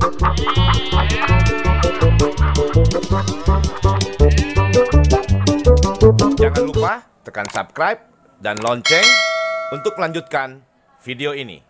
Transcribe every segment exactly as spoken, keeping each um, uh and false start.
Jangan lupa tekan subscribe dan lonceng untuk melanjutkan video ini.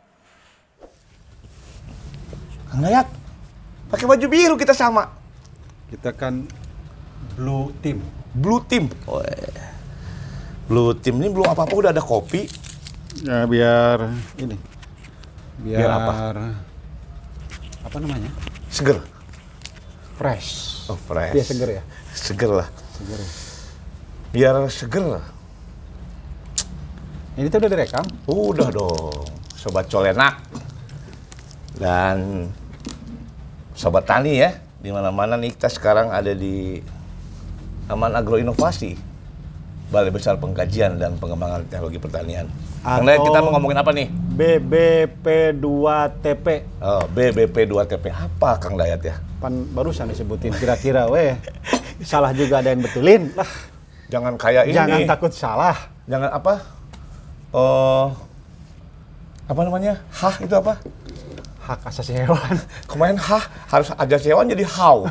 Kang Dayat, pakai baju biru kita sama. Kita kan blue team. Blue team. Oh, eh. Blue team ini belum apa-apa udah ada kopi. Ya biar ini. Biar, Biar apa? Apa namanya? Seger. Fresh. Oh, fresh. Biar seger ya? Seger lah. Seger. Biar seger lah. Ini tuh udah direkam? Udah dong, Sobat Colenak. Dan Sobat Tani ya, di mana-mana nih kita sekarang ada di Taman Agroinovasi, Balai Besar Pengkajian dan Pengembangan Teknologi Pertanian. Karena kita mau ngomongin apa nih? B B P dua T P. Oh, B B P dua T P. Apa Kang Dayat ya? Pan barusan disebutin kira-kira weh. Salah juga ada yang betulin. Lah, Jangan kayak ini. jangan takut salah. Jangan apa? Oh, apa namanya? Hah itu apa? Hak asasi hewan. Kemarin hah harus ajasi hewan jadi how.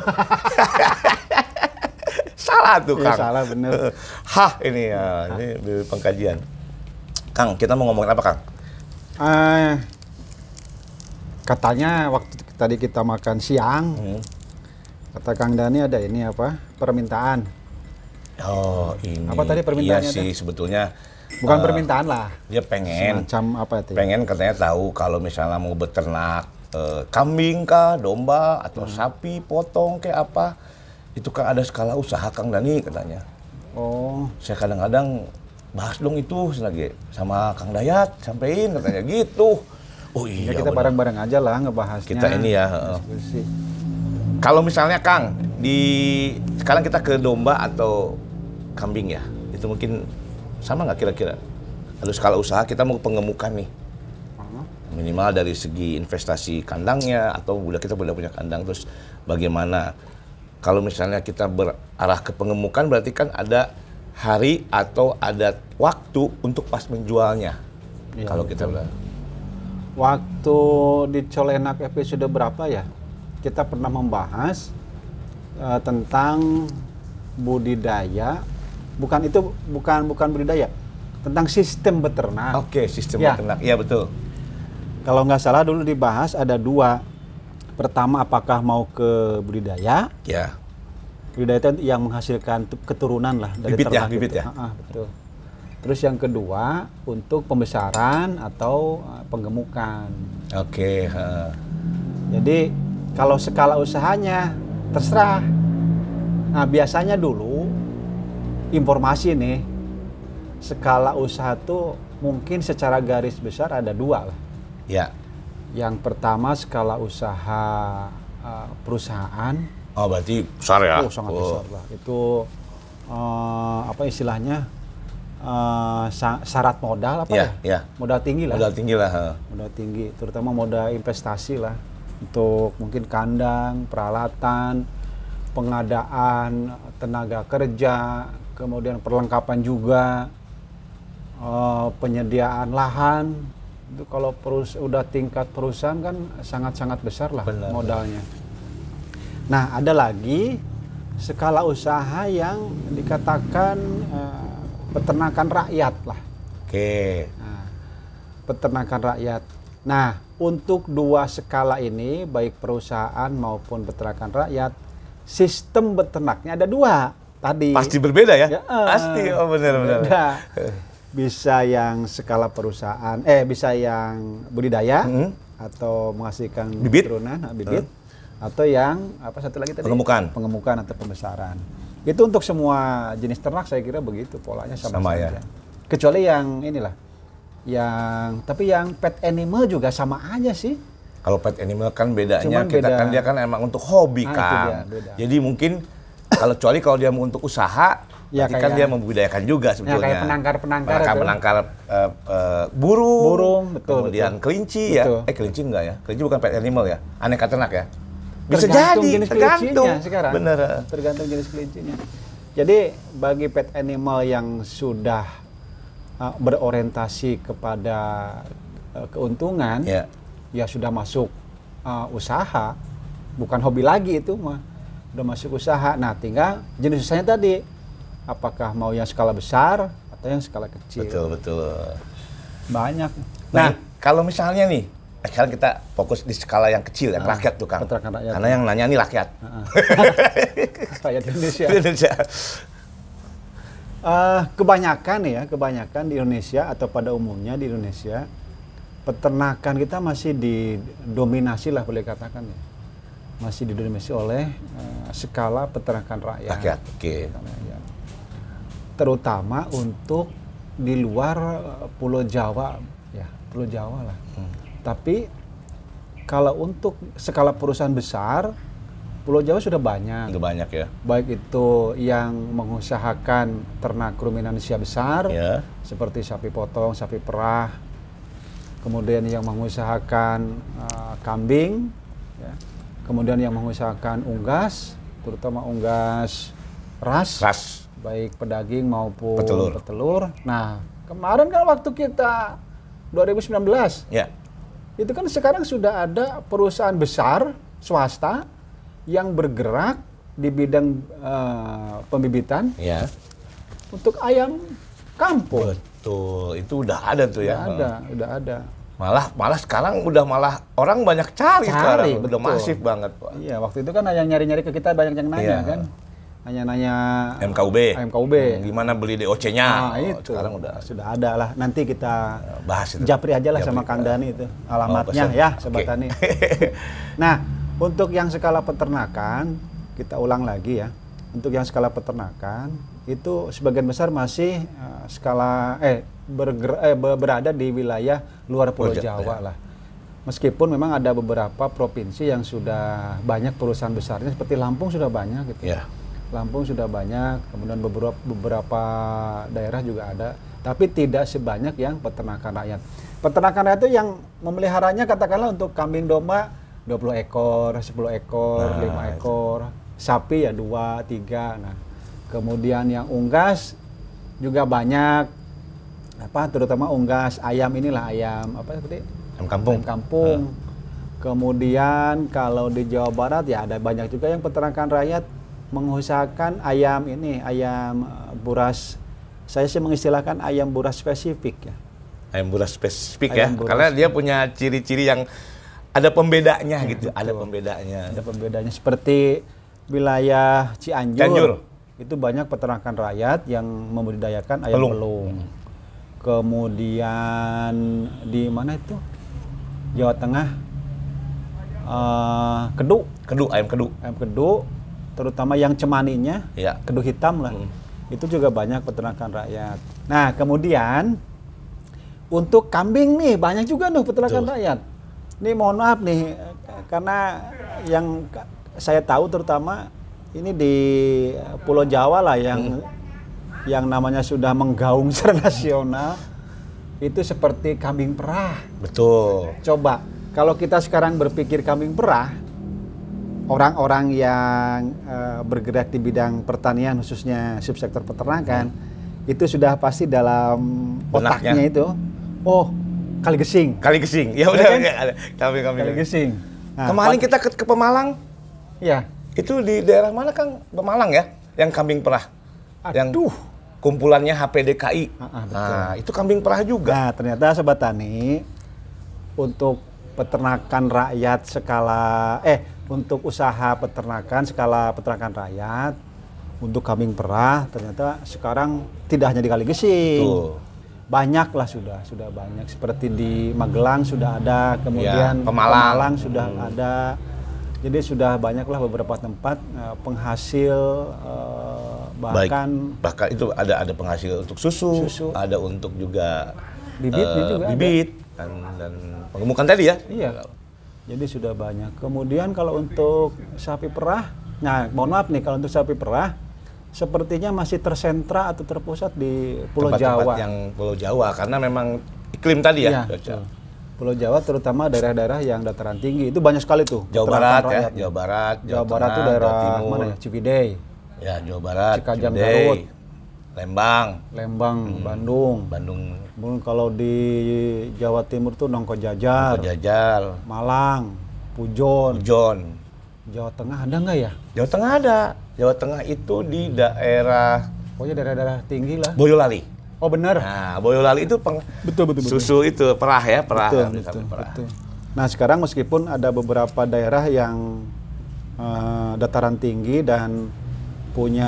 Salah tuh Iya, Kang. salah bener. Hah ini ya, ini di pengkajian. Kang, kita mau ngomongin apa Kang? Eh, katanya waktu tadi kita makan siang, Hmm. kata Kang Dani ada ini apa? Permintaan. Oh ini. Apa tadi permintaannya Iya sih sebetulnya. Bukan eh, permintaan lah. Dia pengen. Semacam apa itu? Pengen katanya tahu kalau misalnya mau beternak eh, kambing kah, domba atau Hmm. sapi potong kayak apa. Itu kan ada skala usaha Kang Dani katanya. Oh, Saya kadang-kadang bahas dong itu lagi sama Kang Dayat, sampein katanya gitu. Oh ya iya. kita bener. bareng-bareng aja lah ngebahasnya. Kita ini ya. heeh. Diskusi. Kalau misalnya Kang, di sekarang kita ke domba atau kambing ya, itu mungkin sama nggak kira-kira? Ada skala usaha kita mau pengemukan nih, Oh. minimal dari segi investasi kandangnya atau udah kita udah punya kandang terus bagaimana? Kalau misalnya kita berarah ke pengemukan berarti kan ada hari atau ada waktu untuk pas menjualnya. Iya, Kalau kita bilang. Waktu di Colenak episode berapa ya? Kita pernah membahas eh, tentang budidaya, bukan itu bukan bukan budidaya, tentang sistem beternak. Oke, sistem Ya. beternak, iya betul. Kalau nggak salah dulu dibahas ada dua. Pertama, apakah mau ke budidaya? Ya, Budidaya itu yang menghasilkan tu- keturunan lah dari Bibit ya, ternak bibit itu. ya? Ah, ah, betul. Terus yang kedua untuk pembesaran atau uh, penggemukan. oke. heeh. Jadi kalau skala usahanya terserah. Nah biasanya dulu informasi nih skala usaha tuh mungkin secara garis besar ada dua lah. Ya. Yang pertama skala usaha uh, perusahaan. Oh berarti besar ya? Oh sangat besar lah. Itu uh, apa istilahnya uh, sa- syarat modal apa Ya, ya? ya. Modal tinggi lah. Modal tinggi lah. heeh. Modal tinggi, terutama modal investasi lah untuk mungkin kandang, peralatan, pengadaan tenaga kerja, kemudian perlengkapan juga, uh, penyediaan lahan. Itu kalau perus udah tingkat perusahaan kan sangat-sangat besar lah Benar. modalnya. Nah, ada lagi skala usaha yang dikatakan uh, peternakan rakyat lah. Oke. Nah, peternakan rakyat. Nah, untuk dua skala ini, baik perusahaan maupun peternakan rakyat, sistem beternaknya ada dua tadi. Pasti berbeda ya? Ya, eh, Pasti, oh benar-benar. beda. Bisa yang skala perusahaan, eh bisa yang budidaya Hmm. atau menghasilkan Bibit. keturunan, nah, bibit, atau yang apa satu lagi tadi? Pengemukan. Pengemukan atau pembesaran. Itu untuk semua jenis ternak saya kira begitu polanya sama, Sama saja. ya. Kecuali yang inilah, yang tapi yang pet animal juga sama aja sih. Kalau pet animal kan bedanya Cuman kita beda. kan dia kan emang untuk hobi Nah, itu kan. dia, beda. Jadi mungkin kalau kecuali kalau dia mau untuk usaha, Ya, berarti kan kayak- dia membudidayakan juga sebetulnya. kayak penangkar-penangkar Penangkar, itu. penangkar eh, eh, burung, Burung, betul, kemudian betul. kelinci Betul. ya. Eh kelinci enggak ya? Kelinci bukan pet animal ya? Aneka ternak ya? Bisa Tergantung jadi, jenis tergantung. kelincinya sekarang. Bener. Tergantung jenis kelincinya. Jadi bagi pet animal yang sudah uh, berorientasi kepada uh, keuntungan, Ya. ya sudah masuk uh, usaha, bukan hobi lagi itu mah, udah masuk usaha. Nah, tinggal jenis usahanya tadi, apakah mau yang skala besar atau yang skala kecil. Betul, betul. Banyak. Nah, kalau misalnya nih, sekarang kita fokus di skala yang kecil, yang Ah, rakyat tuh Kang. peternakan rakyat. Karena yang nanya nih rakyat. Rakyat Indonesia. Indonesia. Eh, kebanyakan ya, kebanyakan di Indonesia atau pada umumnya di Indonesia, peternakan kita masih didominasi lah boleh katakan ya. Masih didominasi oleh eh, skala peternakan rakyat. Rakyat, oke. Rakyat. Terutama untuk di luar eh, Pulau Jawa, ya Pulau Jawa lah. Hmm. Tapi kalau untuk skala perusahaan besar, Pulau Jawa sudah banyak. Itu banyak ya. Baik itu yang mengusahakan ternak ruminansia besar, Ya. seperti sapi potong, sapi perah, kemudian yang mengusahakan uh, kambing, ya. Kemudian yang mengusahakan unggas, terutama unggas ras, Ras. baik pedaging maupun Petelur. petelur. Nah, kemarin kan waktu kita dua ribu sembilan belas, Ya. itu kan sekarang sudah ada perusahaan besar swasta yang bergerak di bidang uh, pembibitan Ya. untuk ayam kampung. Betul. Itu udah ada tuh ya. Udah ada, udah ada. Malah malah sekarang udah malah orang banyak cari, Cari, sekarang. Udah betul. masif banget, Pak. Iya, waktu itu kan yang nyari-nyari ke kita banyak yang nanya Iya. kan. Nanya-nanya M K U B. M K U B. Hmm, Gimana beli D O C-nya? Nah, Oh, itu. sekarang udah Sudah ada lah. Nanti kita bahas itu. japri aja lah Japri. sama Kang Dani itu alamatnya pesen. ya, Sobat Oke. Tani. Nah, untuk yang skala peternakan, kita ulang lagi ya. Untuk yang skala peternakan itu sebagian besar masih uh, skala eh, berger, eh be- berada di wilayah luar Pulau Pulau Ja- Jawa ya. lah. Meskipun memang ada beberapa provinsi yang sudah banyak perusahaan besarnya, seperti Lampung sudah banyak gitu. Ya. Lampung sudah banyak, kemudian beberapa beberapa daerah juga ada, tapi tidak sebanyak yang peternakan rakyat. Peternakan rakyat itu yang memeliharanya katakanlah untuk kambing domba dua puluh ekor, sepuluh ekor, Nah, lima itu. ekor, sapi ya dua, tiga. Nah, kemudian yang unggas juga banyak, apa terutama unggas ayam inilah ayam apa seperti Ayam kampung. ayam kampung. Kemudian kalau di Jawa Barat ya ada banyak juga yang peternakan rakyat mengusahakan ayam ini, ayam eh, buras. Saya sih mengistilahkan ayam buras spesifik ya. Ayam buras spesifik Ayam ya. buras. Karena dia punya ciri-ciri yang ada pembedanya gitu, betul. ada pembedanya. Ada pembedanya seperti wilayah Cianjur. Cianjur. Itu banyak peternakan rakyat yang membudidayakan ayam Pelung. pelung. Kemudian di mana itu? Jawa Tengah. Eh, kedu, Kedu, ayam kedu. ayam kedu, terutama yang cemaninya, Ya. kedu hitam lah. Hmm. Itu juga banyak peternakan rakyat. Nah, kemudian untuk kambing nih banyak juga tuh peternakan Betul. rakyat. Ini mohon maaf nih karena yang ka- saya tahu terutama ini di Pulau Jawa lah yang yang namanya sudah menggaung secara nasional itu seperti kambing perah. Betul. Coba kalau kita sekarang berpikir kambing perah, orang-orang yang eh, bergerak di bidang pertanian khususnya subsektor peternakan itu sudah pasti dalam Benaknya. otaknya itu, oh kali gesing, Kali gesing. Ya Ya udah, kan? ya, ada. Kambing-kambing. kali gesing. Nah, Kemarin Pak- kita ke, ke Pemalang. ya, Itu di daerah mana Kang? Pemalang ya? Yang kambing perah. Yang aduh. kumpulannya H P D K I. Ah, ah, betul. Nah, itu kambing perah juga. Nah, ternyata Sobat Tani untuk peternakan rakyat skala eh untuk usaha peternakan skala peternakan rakyat untuk kambing perah ternyata sekarang tidak hanya di Kali Gesing. Betul. Banyak lah sudah, sudah banyak seperti di Magelang sudah ada, kemudian Ya, Pemalang. sudah Hmm. ada. Jadi sudah banyaklah beberapa tempat eh, penghasil eh, bahkan Baik. Bahkan itu ada ada penghasil untuk susu, Susu. ada untuk juga Bibitnya eh, juga ada. bibit dan, dan pengemukan tadi ya. Iya. Jadi sudah banyak. Kemudian kalau untuk sapi perah, nah mohon maaf nih kalau untuk sapi perah, sepertinya masih tersentra atau terpusat di Pulau Tempat-tempat Jawa. yang Pulau Jawa karena memang iklim tadi ya. Iya, cuaca. betul. Pulau Jawa terutama daerah-daerah yang dataran tinggi itu banyak sekali tuh. Jawa peternakan Barat ya, rakyat. Jawa Barat, Jawa Barat Tengah, tuh daerah Jawa Timur. mana ya? Ciwidey, Ya, Jawa Barat, Cikajang, Ciwidey, Garut. Lembang, Lembang, Hmm. Bandung. Bandung, Kemudian kalau di Jawa Timur tuh Nongko Jajar, Jajar, Malang, Pujon. Pujon. Jawa Tengah ada nggak ya? Jawa Tengah ada. Jawa Tengah itu di daerah Pokoknya daerah-daerah tinggi lah. Boyolali. Oh benar. Nah, Boyolali itu peng Betul, betul, betul. susu itu perah ya, perah. Betul, kan, betul, sampai perah. betul. Nah sekarang meskipun ada beberapa daerah yang eh, dataran tinggi dan punya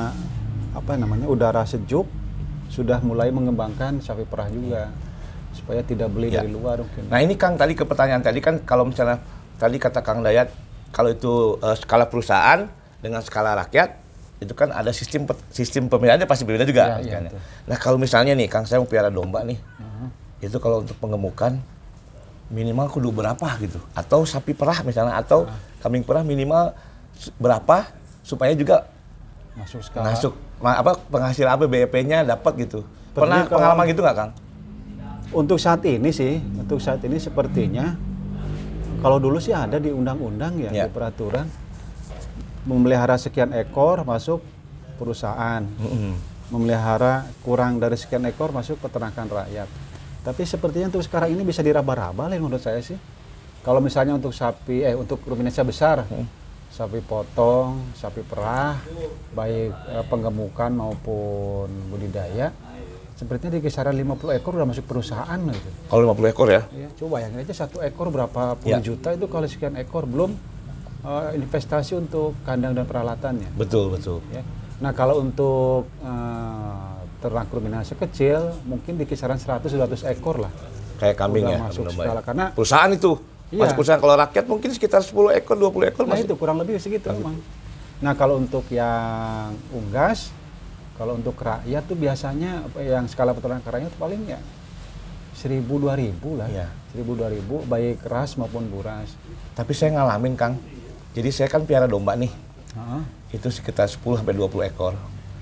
apa namanya udara sejuk, sudah mulai mengembangkan sapi perah juga supaya tidak beli Ya. dari luar mungkin. Nah ini Kang tadi ke pertanyaan tadi kan kalau misalnya tadi kata Kang Dayat kalau itu eh, skala perusahaan dengan skala rakyat itu kan ada sistem pe- sistem pemeliharaannya pasti berbeda juga. Ya, iya, misalnya. betul. Nah kalau misalnya nih Kang saya mau pelihara domba nih, itu kalau untuk pengemukan minimal kudu berapa gitu? Atau sapi perah misalnya atau kambing perah minimal s- berapa supaya juga Masuk skala. masuk ma- apa penghasilan apa B E P-nya dapat gitu? Pernah Pergi ke- pengalaman gitu nggak Kang? Untuk saat ini sih, untuk saat ini sepertinya kalau dulu sih ada di undang-undang ya, Ya. di peraturan memelihara sekian ekor masuk perusahaan, memelihara kurang dari sekian ekor masuk peternakan rakyat. Tapi sepertinya untuk sekarang ini bisa diraba-raba lah menurut saya sih. Kalau misalnya untuk sapi, eh untuk ruminansia besar, sapi potong, sapi perah, baik eh, penggemukan maupun budidaya, sepertinya di kisaran lima puluh ekor udah masuk perusahaan lah gitu. Kalau lima puluh ekor ya? Ya, coba bayangin aja satu ekor berapa puluh Ya. juta itu kalau sekian ekor belum eh, investasi untuk kandang dan peralatannya. Betul betul. Ya. Nah kalau untuk eh, ternak ruminansia kecil mungkin di kisaran seratus dua ratus ekor lah. Kayak kambing Udah ya, masuk domba ya. skala. Karena Perusahaan itu, Iya. masuk perusahaan kalau rakyat mungkin sekitar sepuluh ekor, dua puluh ekor nah masih. itu kurang lebih segitu memang. Nah kalau untuk yang unggas, kalau untuk rakyat tuh biasanya apa, yang skala peternakan rakyat paling ya seribu dua ribu lah. Iya. Seribu dua ribu baik ras maupun buras. Tapi saya ngalamin Kang, jadi saya kan piara domba nih, Heeh. itu sekitar sepuluh sampai dua puluh ekor.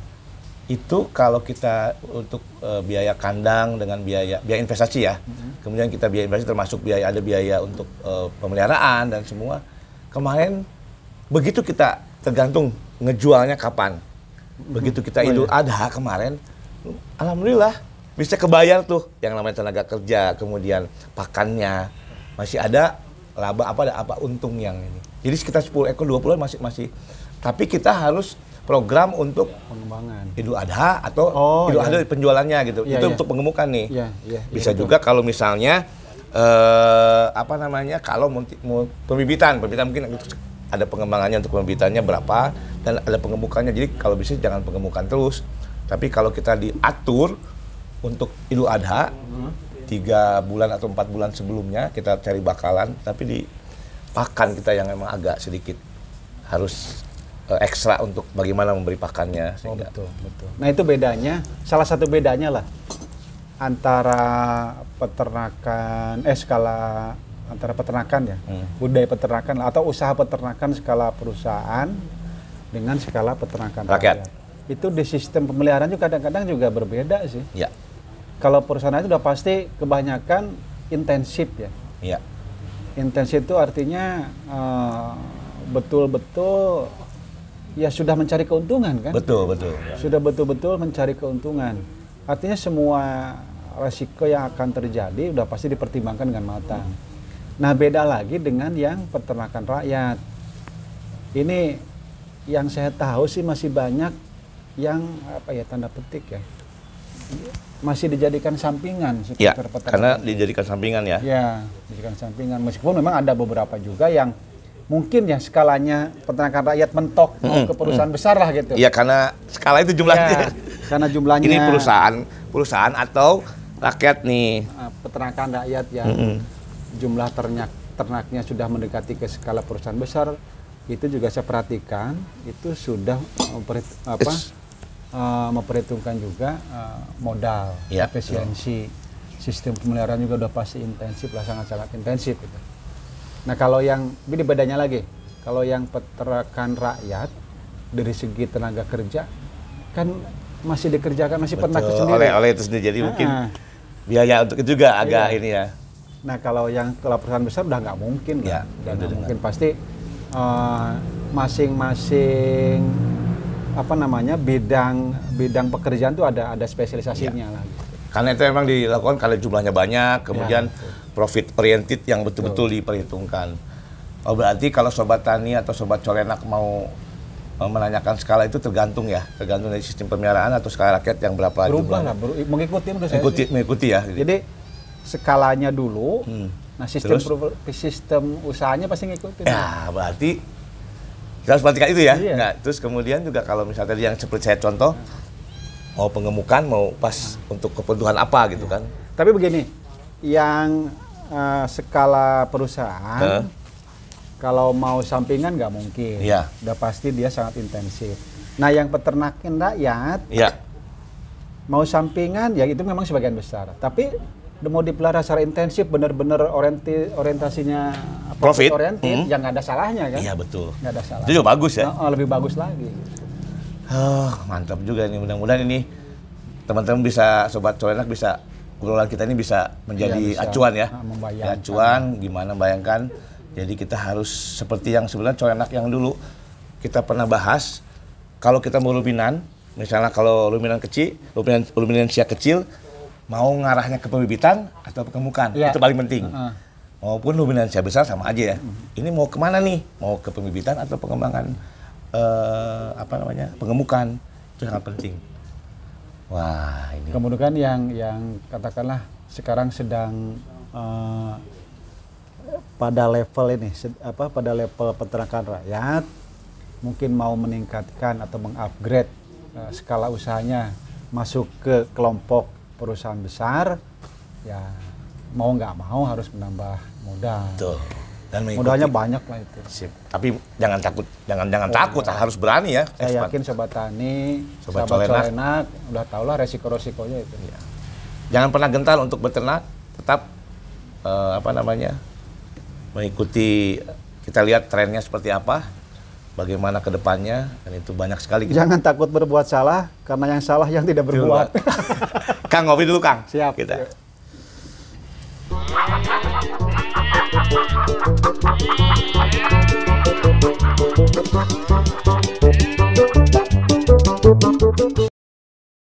Itu kalau kita untuk eh, biaya kandang dengan biaya biaya investasi ya, kemudian kita biaya investasi termasuk biaya ada biaya untuk eh, pemeliharaan dan semua. Kemarin begitu kita tergantung ngejualnya kapan, begitu kita Idul Adha kemarin, alhamdulillah bisa kebayar tuh yang namanya tenaga kerja, kemudian pakannya masih ada laba apa ada apa untung yang ini. Jadi sekitar sepuluh ekor dua puluh masih masih. Tapi kita harus program untuk Pengembangan. Idul Adha atau Oh, Idul iya. Adha penjualannya gitu. Iya, Itu iya. untuk pengemukan nih. Iya, iya. Bisa iya, betul. juga kalau misalnya eh, apa namanya kalau mau, mau pembibitan, pembibitan mungkin ada pengembangannya untuk pembibitannya berapa dan ada pengemukannya. Jadi kalau bisa jangan pengemukan terus. Tapi kalau kita diatur untuk Idul Adha tiga bulan atau empat bulan sebelumnya kita cari bakalan, tapi di pakan kita yang memang agak sedikit harus eh, ekstra untuk bagaimana memberi pakannya. Oh, Sehingga betul, betul. Nah itu bedanya, salah satu bedanya lah antara peternakan, eh skala antara peternakan ya, Hmm. budaya peternakan atau usaha peternakan skala perusahaan dengan skala peternakan Rakyat. rakyat. Itu di sistem pemeliharaan juga kadang-kadang juga berbeda sih. ya, Kalau perusahaan itu udah pasti kebanyakan intensif ya. ya. Intensif itu artinya eh, betul-betul ya sudah mencari keuntungan kan? Betul, betul. Sudah betul-betul mencari keuntungan. Artinya semua resiko yang akan terjadi udah pasti dipertimbangkan dengan matang. Nah beda lagi dengan yang peternakan rakyat. Ini yang saya tahu sih masih banyak yang apa ya tanda petik ya masih dijadikan sampingan Ya, sekitar peternakan. karena dijadikan sampingan ya. Ya, dijadikan sampingan. Meskipun memang ada beberapa juga yang mungkin ya skalanya peternakan rakyat mentok mau ke perusahaan besar lah gitu. Iya, karena skala itu jumlahnya. Ya, karena jumlahnya Ini perusahaan, perusahaan atau rakyat nih. uh, peternakan rakyat yang jumlah ternak ternaknya sudah mendekati ke skala perusahaan besar, itu juga saya perhatikan itu sudah memperit- apa It's- uh, memperhitungkan juga uh, modal, Ya, efisiensi, sistem pemeliharaan juga udah pasti intensif lah, sangat-sangat intensif gitu. Nah kalau yang ini bedanya lagi, kalau yang peternakan rakyat dari segi tenaga kerja kan masih dikerjakan masih peternak Betul, sendiri. oleh oleh itu sendiri. Jadi mungkin Ah. biaya untuk itu juga agak Iya. ini ya. Nah kalau yang kalau perusahaan besar udah nggak mungkin, Ya, kan? Udah udah nggak dengan- mungkin pasti eh, masing-masing apa namanya bidang bidang pekerjaan tuh ada ada spesialisasinya lah. Gitu. Karena itu memang dilakukan karena jumlahnya banyak, kemudian Ya, profit oriented yang betul-betul diperhitungkan. Oh berarti kalau sobat tani atau sobat corenak mau eh, menanyakan skala itu tergantung ya, tergantung dari sistem pemeliharaan atau skala rakyat yang berapa Berubah jumlahnya. lah, ber- mengikuti menurut saya Mengikuti, sih. mengikuti ya. Gitu. Jadi skalanya dulu, Hmm. nah sistem Terus? pro- sistem usahanya pasti ngikutin. Ya berarti kita harus perhatikan itu ya. Iya. Nah, terus kemudian juga kalau misalnya tadi yang seperti saya contoh, mau pengemukan, mau pas untuk kebutuhan apa gitu kan. Tapi begini, yang eh, skala perusahaan, Eh. kalau mau sampingan nggak mungkin. Iya. Udah pasti dia sangat intensif. Nah, yang peternakin rakyat, Iya. mau sampingan ya itu memang sebagian besar. Tapi udah mau dipelihara secara intensif, benar-benar orienti, orientasinya Profit. oriented, Hmm. ya nggak ada salahnya kan? Iya betul. Nggak ada salah. Itu juga bagus ya. Oh, oh, lebih bagus lagi. Oh, mantap juga nih. Mudah-mudahan ini teman-teman bisa, sobat corenak bisa, obrolan kita ini bisa menjadi Iya, bisa. acuan ya. Ah, membayangkan. Acuan gimana bayangkan. Jadi kita harus seperti yang sebenarnya corenak yang dulu kita pernah bahas. Kalau kita mau ruminan, misalnya kalau ruminan kecil, ruminan, ruminan siak kecil, mau ngarahnya ke pembibitan atau pekemukan, Iya. itu paling penting. Heeh. Maupun ruminan siak besar sama aja ya. Ini mau kemana nih? Mau ke pembibitan atau pengembangan eh, apa namanya pengemukan, itu sangat penting. Wah ini. Kemudian yang yang katakanlah sekarang sedang eh, pada level ini, sed- apa pada level peternakan rakyat, mungkin mau meningkatkan atau mengupgrade eh, skala usahanya masuk ke kelompok perusahaan besar, ya mau nggak mau harus menambah modal. Betul. Dan mengikuti. Modalnya banyak lah itu. Sip. Tapi jangan takut, jangan jangan Oh, takut, iya. harus berani ya. Saya Ekspan. yakin sobat tani, Sobat sobat colenak. colenak, udah tau lah resiko-resikonya itu. Iya. Jangan pernah gentar untuk beternak, tetap eh, apa namanya mengikuti. Kita lihat trennya seperti apa, bagaimana ke depannya, dan itu banyak sekali. Jangan takut berbuat salah, karena yang salah yang tidak berbuat. Kang ngopi dulu Kang. Siap. Kita. Yuk.